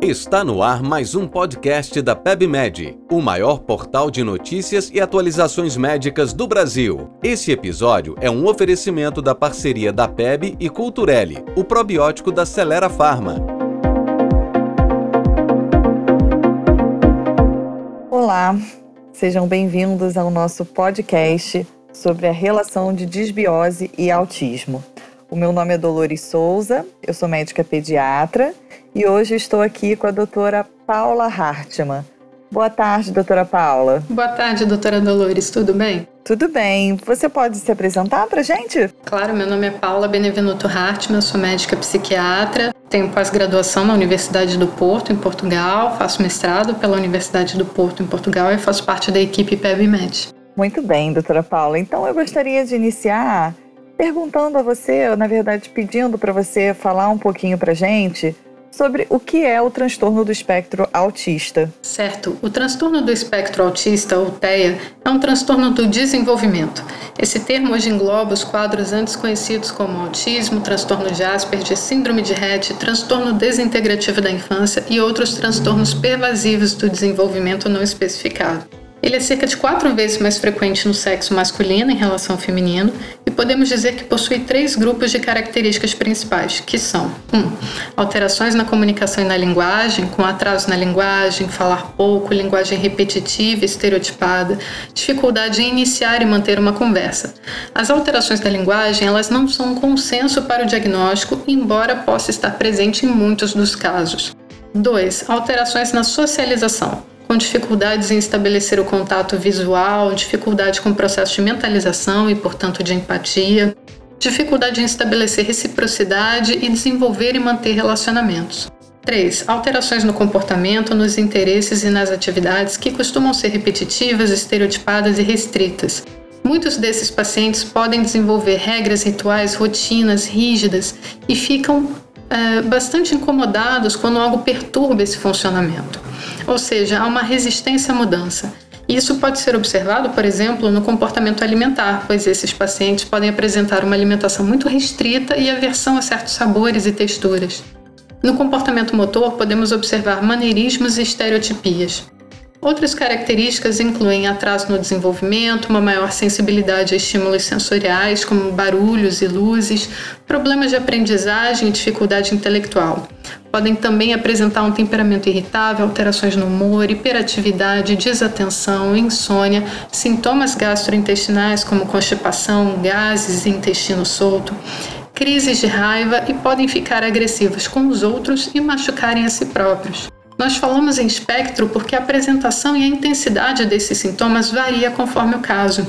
Está no ar mais um podcast da PebMed, o maior portal de notícias e atualizações médicas do Brasil. Esse episódio é um oferecimento da parceria da Peb e Culturelle, o probiótico da Celera Pharma. Olá, sejam bem-vindos ao nosso podcast sobre a relação de disbiose e autismo. O meu nome é Dolores Souza, eu sou médica pediatra e hoje estou aqui com a doutora Paula Hartmann. Boa tarde, doutora Paula. Boa tarde, doutora Dolores, tudo bem? Tudo bem. Você pode se apresentar pra gente? Claro, meu nome é Paula Benevenuto Hartmann, eu sou médica psiquiatra, tenho pós-graduação na Universidade do Porto, em Portugal, faço mestrado pela Universidade do Porto, em Portugal, e faço parte da equipe PebMed. Muito bem, doutora Paula. Então eu gostaria de iniciar perguntando a você, ou na verdade pedindo para você falar um pouquinho pra gente sobre o que é o transtorno do espectro autista. Certo. O transtorno do espectro autista, ou TEA, é um transtorno do desenvolvimento. Esse termo hoje engloba os quadros antes conhecidos como autismo, transtorno de Asperger, síndrome de Rett, transtorno desintegrativo da infância e outros transtornos pervasivos do desenvolvimento não especificado. Ele é cerca de 4 vezes mais frequente no sexo masculino em relação ao feminino e podemos dizer que possui 3 grupos de características principais, que são 1. Alterações na comunicação e na linguagem, com atraso na linguagem, falar pouco, linguagem repetitiva e estereotipada, dificuldade em iniciar e manter uma conversa. As alterações da linguagem, elas não são um consenso para o diagnóstico, embora possa estar presente em muitos dos casos. 2. Alterações na socialização, com dificuldades em estabelecer o contato visual, dificuldade com o processo de mentalização e, portanto, de empatia, dificuldade em estabelecer reciprocidade e desenvolver e manter relacionamentos. 3. Alterações no comportamento, nos interesses e nas atividades que costumam ser repetitivas, estereotipadas e restritas. Muitos desses pacientes podem desenvolver regras, rituais, rotinas rígidas e ficam bastante incomodados quando algo perturba esse funcionamento. Ou seja, há uma resistência à mudança. Isso pode ser observado, por exemplo, no comportamento alimentar, pois esses pacientes podem apresentar uma alimentação muito restrita e aversão a certos sabores e texturas. No comportamento motor, podemos observar maneirismos e estereotipias. Outras características incluem atraso no desenvolvimento, uma maior sensibilidade a estímulos sensoriais, como barulhos e luzes, problemas de aprendizagem e dificuldade intelectual. Podem também apresentar um temperamento irritável, alterações no humor, hiperatividade, desatenção, insônia, sintomas gastrointestinais como constipação, gases e intestino solto, crises de raiva e podem ficar agressivos com os outros e machucarem a si próprios. Nós falamos em espectro porque a apresentação e a intensidade desses sintomas varia conforme o caso.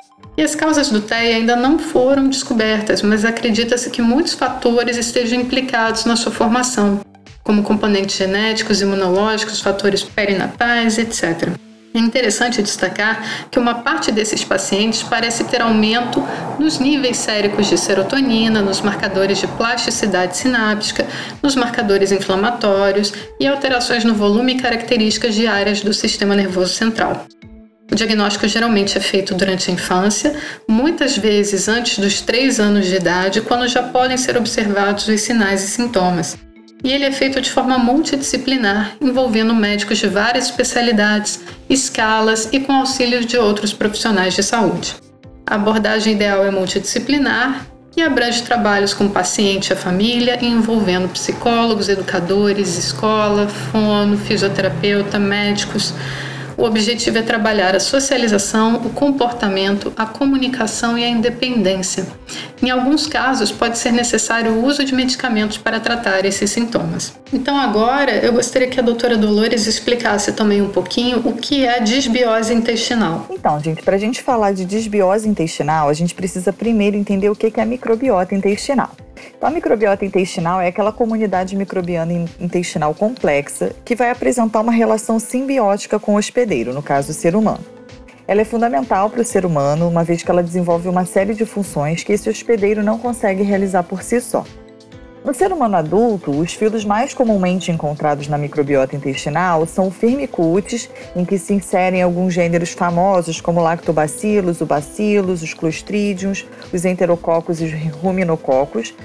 E as causas do TEA ainda não foram descobertas, mas acredita-se que muitos fatores estejam implicados na sua formação, como componentes genéticos, imunológicos, fatores perinatais, etc. É interessante destacar que uma parte desses pacientes parece ter aumento nos níveis séricos de serotonina, nos marcadores de plasticidade sináptica, nos marcadores inflamatórios e alterações no volume e características de áreas do sistema nervoso central. O diagnóstico geralmente é feito durante a infância, muitas vezes antes dos 3 anos de idade, quando já podem ser observados os sinais e sintomas. E ele é feito de forma multidisciplinar, envolvendo médicos de várias especialidades, escalas e com auxílio de outros profissionais de saúde. A abordagem ideal é multidisciplinar e abrange trabalhos com o paciente e a família, envolvendo psicólogos, educadores, escola, fono, fisioterapeuta, médicos. O objetivo é trabalhar a socialização, o comportamento, a comunicação e a independência. Em alguns casos, pode ser necessário o uso de medicamentos para tratar esses sintomas. Então agora, eu gostaria que a doutora Dolores explicasse também um pouquinho o que é disbiose intestinal. Então, gente, para a gente falar de disbiose intestinal, a gente precisa primeiro entender o que é a microbiota intestinal. Então, a microbiota intestinal é aquela comunidade microbiana intestinal complexa que vai apresentar uma relação simbiótica com o hospedeiro, no caso o ser humano. Ela é fundamental para o ser humano, uma vez que ela desenvolve uma série de funções que esse hospedeiro não consegue realizar por si só. No ser humano adulto, os filos mais comumente encontrados na microbiota intestinal são o Firmicutes, em que se inserem alguns gêneros famosos como Lactobacillus, o Bacillus, os Clostridiums, os Enterococos e os Ruminococos,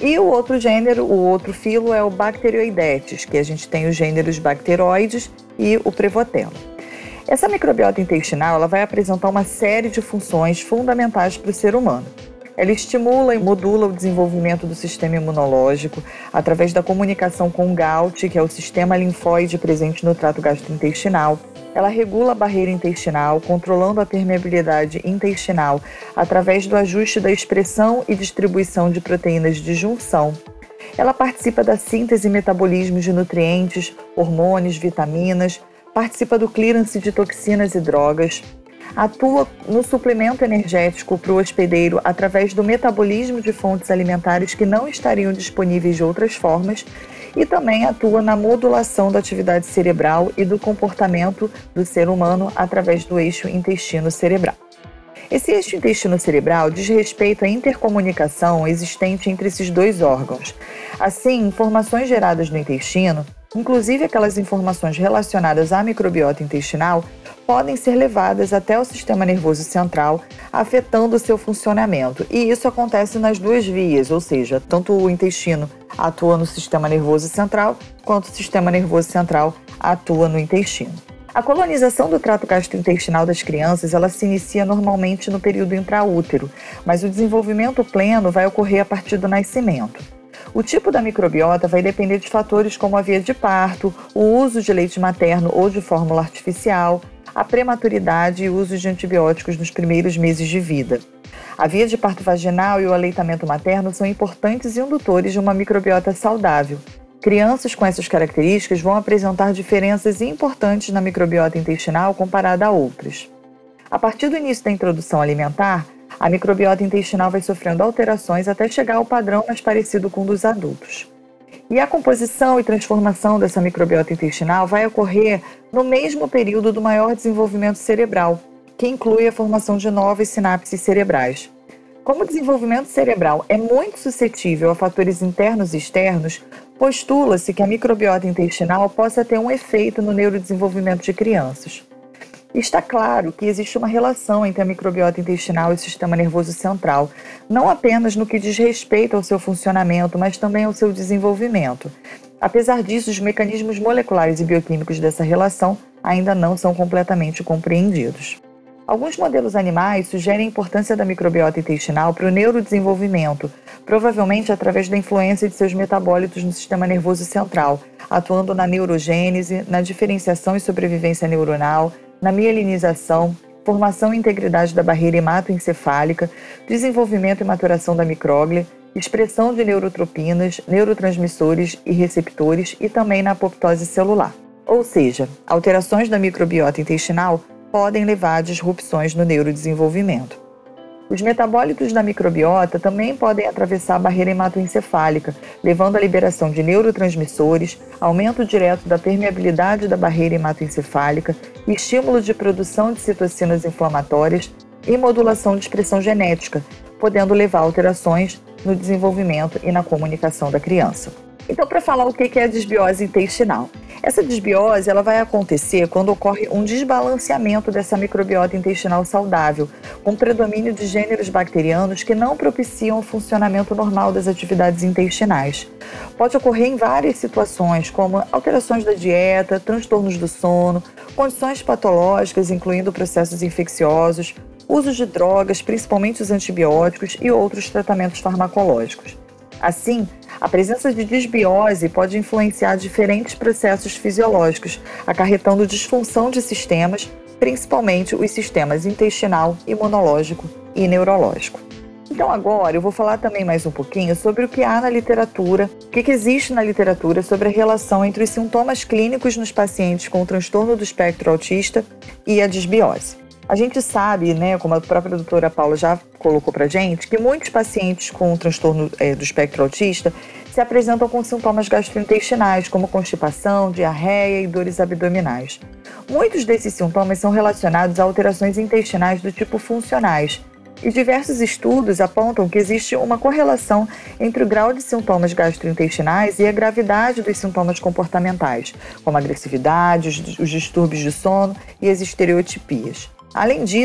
E o outro gênero, o outro filo é o Bacteroidetes, que a gente tem os gêneros Bacteroides e o Prevotella. Essa microbiota intestinal ela vai apresentar uma série de funções fundamentais para o ser humano. Ela estimula e modula o desenvolvimento do sistema imunológico através da comunicação com o GALT, que é o sistema linfóide presente no trato gastrointestinal. Ela regula a barreira intestinal, controlando a permeabilidade intestinal através do ajuste da expressão e distribuição de proteínas de junção. Ela participa da síntese e metabolismo de nutrientes, hormônios, vitaminas, participa do clearance de toxinas e drogas, atua no suplemento energético para o hospedeiro através do metabolismo de fontes alimentares que não estariam disponíveis de outras formas e também atua na modulação da atividade cerebral e do comportamento do ser humano através do eixo intestino-cerebral. Esse eixo intestino-cerebral diz respeito à intercomunicação existente entre esses dois órgãos. Assim, informações geradas no intestino, inclusive aquelas informações relacionadas à microbiota intestinal, podem ser levadas até o sistema nervoso central, afetando o seu funcionamento. E isso acontece nas duas vias, ou seja, tanto o intestino atua no sistema nervoso central, quanto o sistema nervoso central atua no intestino. A colonização do trato gastrointestinal das crianças, ela se inicia normalmente no período intraútero, mas o desenvolvimento pleno vai ocorrer a partir do nascimento. O tipo da microbiota vai depender de fatores como a via de parto, o uso de leite materno ou de fórmula artificial, a prematuridade e o uso de antibióticos nos primeiros meses de vida. A via de parto vaginal e o aleitamento materno são importantes indutores de uma microbiota saudável. Crianças com essas características vão apresentar diferenças importantes na microbiota intestinal comparada a outras. A partir do início da introdução alimentar, a microbiota intestinal vai sofrendo alterações até chegar ao padrão mais parecido com o dos adultos. E a composição e transformação dessa microbiota intestinal vai ocorrer no mesmo período do maior desenvolvimento cerebral, que inclui a formação de novas sinapses cerebrais. Como o desenvolvimento cerebral é muito suscetível a fatores internos e externos, postula-se que a microbiota intestinal possa ter um efeito no neurodesenvolvimento de crianças. Está claro que existe uma relação entre a microbiota intestinal e o sistema nervoso central, não apenas no que diz respeito ao seu funcionamento, mas também ao seu desenvolvimento. Apesar disso, os mecanismos moleculares e bioquímicos dessa relação ainda não são completamente compreendidos. Alguns modelos animais sugerem a importância da microbiota intestinal para o neurodesenvolvimento, provavelmente através da influência de seus metabólitos no sistema nervoso central, atuando na neurogênese, na diferenciação e sobrevivência neuronal, na mielinização, formação e integridade da barreira hematoencefálica, desenvolvimento e maturação da micróglia, expressão de neurotropinas, neurotransmissores e receptores e também na apoptose celular. Ou seja, alterações da microbiota intestinal podem levar a disrupções no neurodesenvolvimento. Os metabólitos da microbiota também podem atravessar a barreira hematoencefálica, levando à liberação de neurotransmissores, aumento direto da permeabilidade da barreira hematoencefálica, estímulo de produção de citocinas inflamatórias e modulação de expressão genética, podendo levar a alterações no desenvolvimento e na comunicação da criança. Então, para falar o que é a desbiose intestinal? Essa desbiose ela vai acontecer quando ocorre um desbalanceamento dessa microbiota intestinal saudável, com predomínio de gêneros bacterianos que não propiciam o funcionamento normal das atividades intestinais. Pode ocorrer em várias situações, como alterações da dieta, transtornos do sono, condições patológicas, incluindo processos infecciosos, uso de drogas, principalmente os antibióticos e outros tratamentos farmacológicos. Assim, a presença de desbiose pode influenciar diferentes processos fisiológicos, acarretando disfunção de sistemas, principalmente os sistemas intestinal, imunológico e neurológico. Então agora eu vou falar também mais um pouquinho sobre o que há na literatura, o que existe na literatura sobre a relação entre os sintomas clínicos nos pacientes com o transtorno do espectro autista e a desbiose. A gente sabe, como a própria doutora Paula já colocou pra gente, que muitos pacientes com o transtorno do espectro autista se apresentam com sintomas gastrointestinais, como constipação, diarreia e dores abdominais. Muitos desses sintomas são relacionados a alterações intestinais do tipo funcionais, e diversos estudos apontam que existe uma correlação entre o grau de sintomas gastrointestinais e a gravidade dos sintomas comportamentais, como a agressividade, os distúrbios de sono e as estereotipias. Além disso,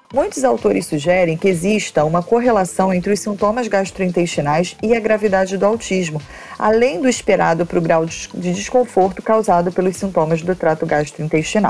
Muitos autores sugerem que exista uma correlação entre os sintomas gastrointestinais e a gravidade do autismo, além do esperado para o grau de desconforto causado pelos sintomas do trato gastrointestinal.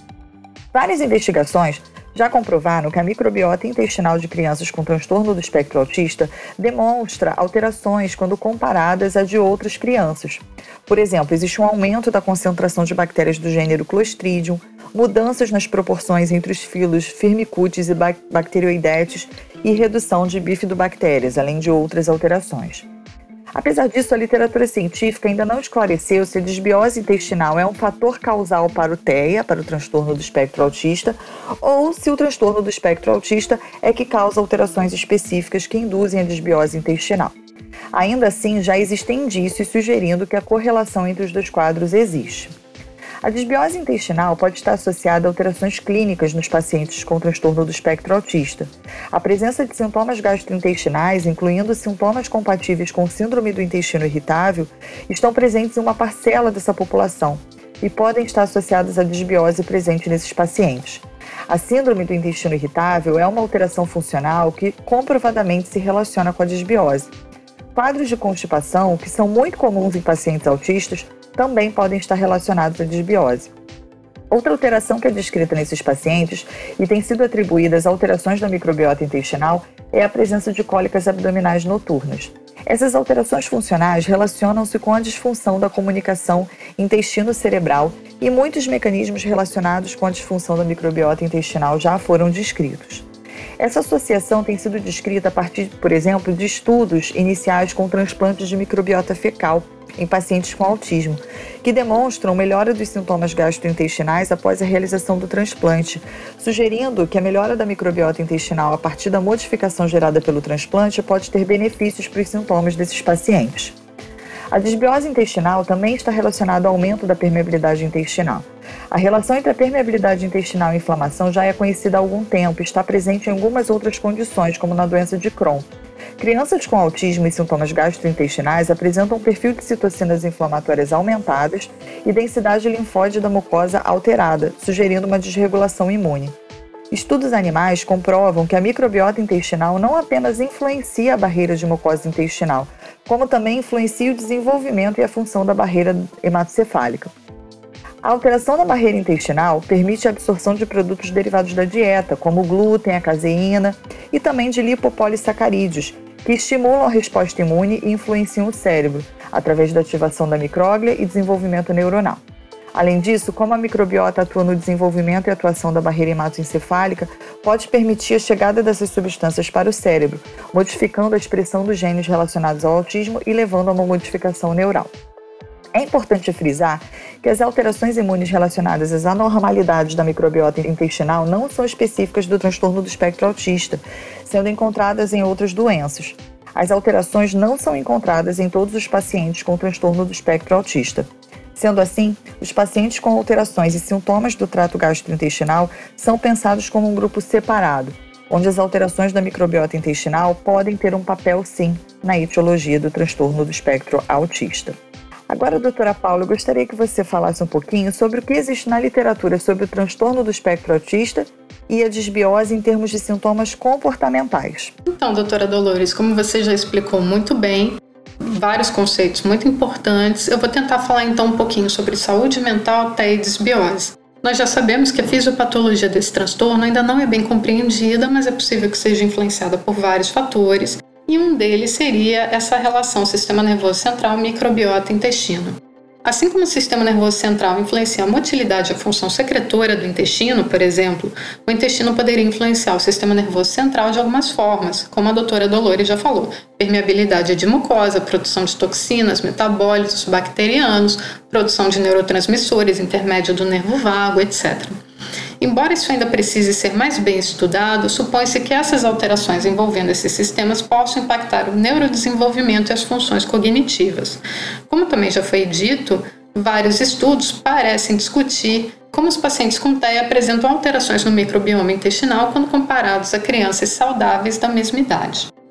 Várias investigações já comprovaram que a microbiota intestinal de crianças com transtorno do espectro autista demonstra alterações quando comparadas a de outras crianças. Por exemplo, existe um aumento da concentração de bactérias do gênero Clostridium, mudanças nas proporções entre os filos Firmicutes e Bacteroidetes e redução de bifidobactérias, além de outras alterações. Apesar disso, a literatura científica ainda não esclareceu se a desbiose intestinal é um fator causal para o TEA, para o transtorno do espectro autista, ou se o transtorno do espectro autista é que causa alterações específicas que induzem a desbiose intestinal. Ainda assim, já existem indícios sugerindo que a correlação entre os dois quadros existe. A desbiose intestinal pode estar associada a alterações clínicas nos pacientes com transtorno do espectro autista. A presença de sintomas gastrointestinais, incluindo sintomas compatíveis com síndrome do intestino irritável, estão presentes em uma parcela dessa população e podem estar associadas à desbiose presente nesses pacientes. A síndrome do intestino irritável é uma alteração funcional que comprovadamente se relaciona com a desbiose. Quadros de constipação, que são muito comuns em pacientes autistas, também podem estar relacionados à desbiose. Outra alteração que é descrita nesses pacientes e tem sido atribuída às alterações da microbiota intestinal é a presença de cólicas abdominais noturnas. Essas alterações funcionais relacionam-se com a disfunção da comunicação intestino-cerebral e muitos mecanismos relacionados com a disfunção da microbiota intestinal já foram descritos. Essa associação tem sido descrita a partir, por exemplo, de estudos iniciais com transplantes de microbiota fecal em pacientes com autismo, que demonstram melhora dos sintomas gastrointestinais após a realização do transplante, sugerindo que a melhora da microbiota intestinal a partir da modificação gerada pelo transplante pode ter benefícios para os sintomas desses pacientes. A desbiose intestinal também está relacionada ao aumento da permeabilidade intestinal. A relação entre a permeabilidade intestinal e a inflamação já é conhecida há algum tempo e está presente em algumas outras condições, como na doença de Crohn. Crianças com autismo e sintomas gastrointestinais apresentam um perfil de citocinas inflamatórias aumentadas e densidade linfóide da mucosa alterada, sugerindo uma desregulação imune. Estudos animais comprovam que a microbiota intestinal não apenas influencia a barreira de mucosa intestinal, como também influencia o desenvolvimento e a função da barreira hematocefálica. A alteração da barreira intestinal permite a absorção de produtos derivados da dieta, como o glúten, a caseína e também de lipopolissacarídeos, que estimulam a resposta imune e influenciam o cérebro, através da ativação da micróglia e desenvolvimento neuronal. Além disso, como a microbiota atua no desenvolvimento e atuação da barreira hematoencefálica, pode permitir a chegada dessas substâncias para o cérebro, modificando a expressão dos genes relacionados ao autismo e levando a uma modificação neural. É importante frisar que as alterações imunes relacionadas às anormalidades da microbiota intestinal não são específicas do transtorno do espectro autista, sendo encontradas em outras doenças. As alterações não são encontradas em todos os pacientes com transtorno do espectro autista. Sendo assim, os pacientes com alterações e sintomas do trato gastrointestinal são pensados como um grupo separado, onde as alterações da microbiota intestinal podem ter um papel, sim, na etiologia do transtorno do espectro autista. Agora, doutora Paula, eu gostaria que você falasse um pouquinho sobre o que existe na literatura sobre o transtorno do espectro autista e a desbiose em termos de sintomas comportamentais. Então, doutora Dolores, como você já explicou muito bem, vários conceitos muito importantes, eu vou tentar falar então um pouquinho sobre saúde mental, TEA e desbiose. Nós já sabemos que a fisiopatologia desse transtorno ainda não é bem compreendida, mas é possível que seja influenciada por vários fatores, e um deles seria essa relação sistema nervoso central, microbiota, intestino. Assim como o sistema nervoso central influencia a motilidade e a função secretora do intestino, por exemplo, o intestino poderia influenciar o sistema nervoso central de algumas formas, como a doutora Dolores já falou: permeabilidade de mucosa, produção de toxinas, metabólitos bacterianos, produção de neurotransmissores, intermédio do nervo vago, etc. Embora isso ainda precise ser mais bem estudado, supõe-se que essas alterações envolvendo esses sistemas possam impactar o neurodesenvolvimento e as funções cognitivas. Como também já foi dito, vários estudos parecem discutir como os pacientes com TEA apresentam alterações no microbioma intestinal quando comparados a crianças saudáveis da mesma idade.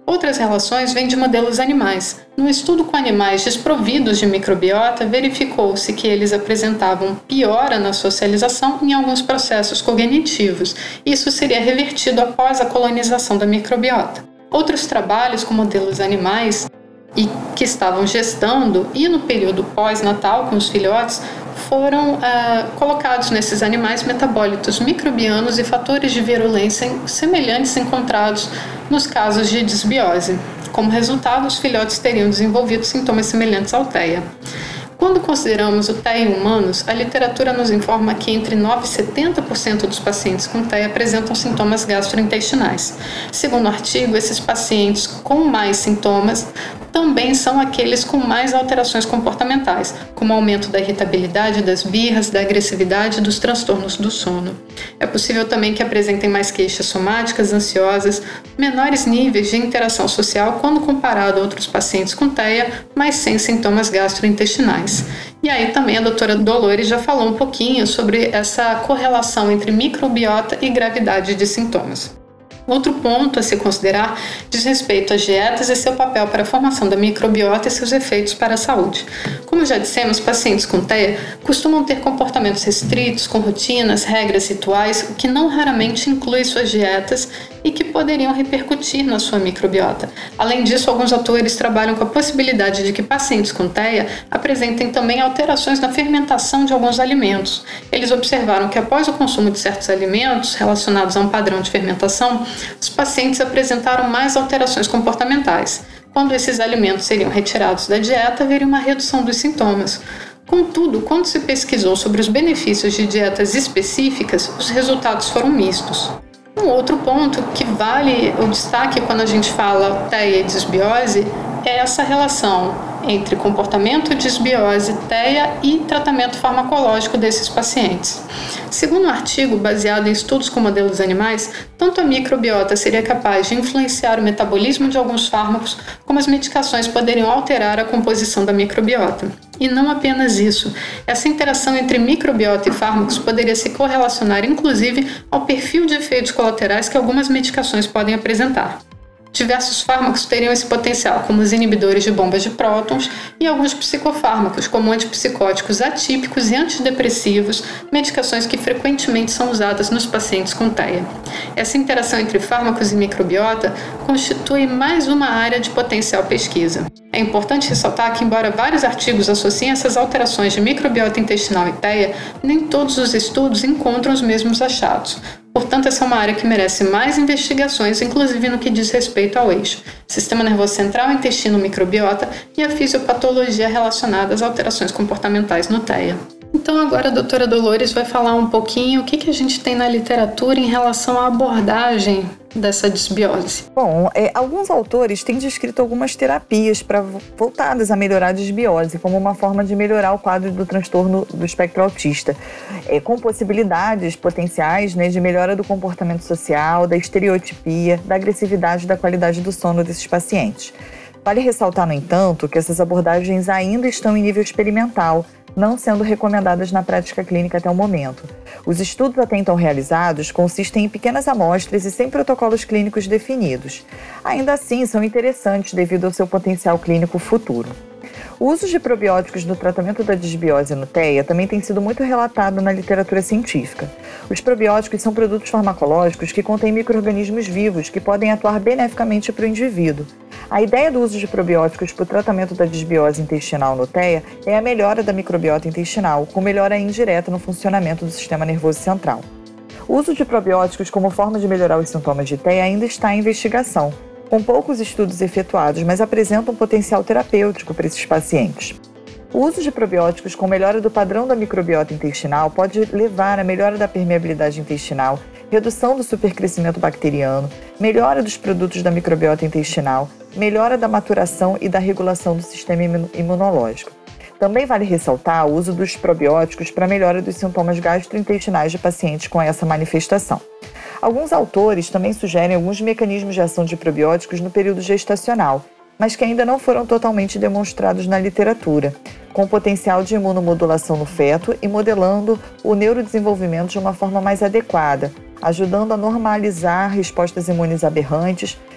Outras relações vêm de modelos animais. No estudo com animais desprovidos de microbiota, verificou-se que eles apresentavam piora na socialização em alguns processos cognitivos. Isso seria revertido após a colonização da microbiota. Outros trabalhos com modelos animais e que estavam gestando e no período pós-natal com os filhotes foram colocados nesses animais metabólitos microbianos e fatores de virulência semelhantes encontrados nos casos de disbiose. Como resultado, os filhotes teriam desenvolvido sintomas semelhantes ao TEA. Quando consideramos o TEA em humanos, a literatura nos informa que entre 9% e 70% dos pacientes com TEA apresentam sintomas gastrointestinais. Segundo o artigo, esses pacientes com mais sintomas também são aqueles com mais alterações comportamentais, como aumento da irritabilidade, das birras, da agressividade e dos transtornos do sono. É possível também que apresentem mais queixas somáticas, ansiosas, menores níveis de interação social quando comparado a outros pacientes com TEA, mas sem sintomas gastrointestinais. E aí também a doutora Dolores já falou um pouquinho sobre essa correlação entre microbiota e gravidade de sintomas. Outro ponto a se considerar diz respeito às dietas e seu papel para a formação da microbiota e seus efeitos para a saúde. Como já dissemos, pacientes com TEA costumam ter comportamentos restritos, com rotinas, regras, rituais, o que não raramente inclui suas dietas e que poderiam repercutir na sua microbiota. Além disso, alguns autores trabalham com a possibilidade de que pacientes com TEA apresentem também alterações na fermentação de alguns alimentos. Eles observaram que após o consumo de certos alimentos relacionados a um padrão de fermentação, os pacientes apresentaram mais alterações comportamentais. Quando esses alimentos seriam retirados da dieta, haveria uma redução dos sintomas. Contudo, quando se pesquisou sobre os benefícios de dietas específicas, os resultados foram mistos. Um outro ponto que vale o destaque quando a gente fala TEA e disbiose é essa relação entre comportamento, disbiose, TEA e tratamento farmacológico desses pacientes. Segundo um artigo baseado em estudos com modelos animais, tanto a microbiota seria capaz de influenciar o metabolismo de alguns fármacos, como as medicações poderiam alterar a composição da microbiota. E não apenas isso, essa interação entre microbiota e fármacos poderia se correlacionar inclusive ao perfil de efeitos colaterais que algumas medicações podem apresentar. Diversos fármacos teriam esse potencial, como os inibidores de bombas de prótons e alguns psicofármacos, como antipsicóticos atípicos e antidepressivos, medicações que frequentemente são usadas nos pacientes com TEA. Essa interação entre fármacos e microbiota constitui mais uma área de potencial pesquisa. É importante ressaltar que, embora vários artigos associem essas alterações de microbiota intestinal e TEA, nem todos os estudos encontram os mesmos achados. Portanto, essa é uma área que merece mais investigações, inclusive no que diz respeito ao eixo sistema nervoso central, intestino, microbiota e a fisiopatologia relacionada às alterações comportamentais no TEA. Então agora a doutora Dolores vai falar um pouquinho o que a gente tem na literatura em relação à abordagem dessa disbiose. Bom, alguns autores têm descrito algumas terapias voltadas a melhorar a disbiose, como uma forma de melhorar o quadro do transtorno do espectro autista, com possibilidades potenciais, de melhora do comportamento social, da estereotipia, da agressividade e da qualidade do sono desses pacientes. Vale ressaltar, no entanto, que essas abordagens ainda estão em nível experimental, não sendo recomendadas na prática clínica até o momento. Os estudos até então realizados consistem em pequenas amostras e sem protocolos clínicos definidos. Ainda assim, são interessantes devido ao seu potencial clínico futuro. O uso de probióticos no tratamento da disbiose no TEA também tem sido muito relatado na literatura científica. Os probióticos são produtos farmacológicos que contêm micro-organismos vivos que podem atuar beneficamente para o indivíduo. A ideia do uso de probióticos para o tratamento da disbiose intestinal no TEA é a melhora da microbiota intestinal, com melhora indireta no funcionamento do sistema nervoso central. O uso de probióticos como forma de melhorar os sintomas de TEA ainda está em investigação, com poucos estudos efetuados, mas apresentam um potencial terapêutico para esses pacientes. O uso de probióticos com melhora do padrão da microbiota intestinal pode levar à melhora da permeabilidade intestinal, redução do supercrescimento bacteriano, melhora dos produtos da microbiota intestinal, melhora da maturação e da regulação do sistema imunológico. Também vale ressaltar o uso dos probióticos para melhora dos sintomas gastrointestinais de pacientes com essa manifestação. Alguns autores também sugerem alguns mecanismos de ação de probióticos no período gestacional, mas que ainda não foram totalmente demonstrados na literatura, com potencial de imunomodulação no feto e modelando o neurodesenvolvimento de uma forma mais adequada, ajudando a normalizar respostas imunes aberrantes,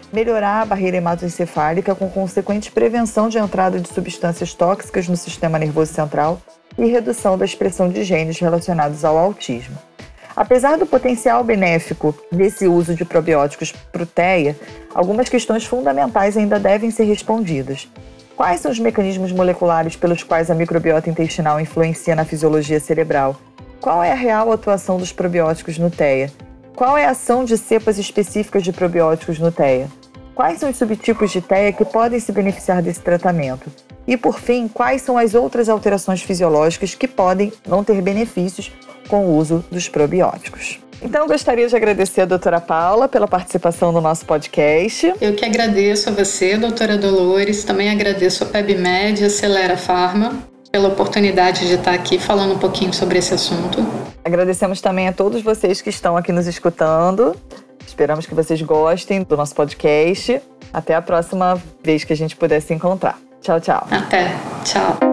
melhorar a barreira hematoencefálica com consequente prevenção de entrada de substâncias tóxicas no sistema nervoso central e redução da expressão de genes relacionados ao autismo. Apesar do potencial benéfico desse uso de probióticos para o TEA, algumas questões fundamentais ainda devem ser respondidas. Quais são os mecanismos moleculares pelos quais a microbiota intestinal influencia na fisiologia cerebral? Qual é a real atuação dos probióticos no TEA? Qual é a ação de cepas específicas de probióticos no TEA? Quais são os subtipos de TEA que podem se beneficiar desse tratamento? E, por fim, quais são as outras alterações fisiológicas que podem não ter benefícios com o uso dos probióticos? Então, eu gostaria de agradecer a doutora Paula pela participação no nosso podcast. Eu que agradeço a você, doutora Dolores, também agradeço a PebMed e a Celera Pharma pela oportunidade de estar aqui falando um pouquinho sobre esse assunto. Agradecemos também a todos vocês que estão aqui nos escutando. Esperamos que vocês gostem do nosso podcast. Até a próxima vez que a gente puder se encontrar. Tchau, tchau. Até. Tchau.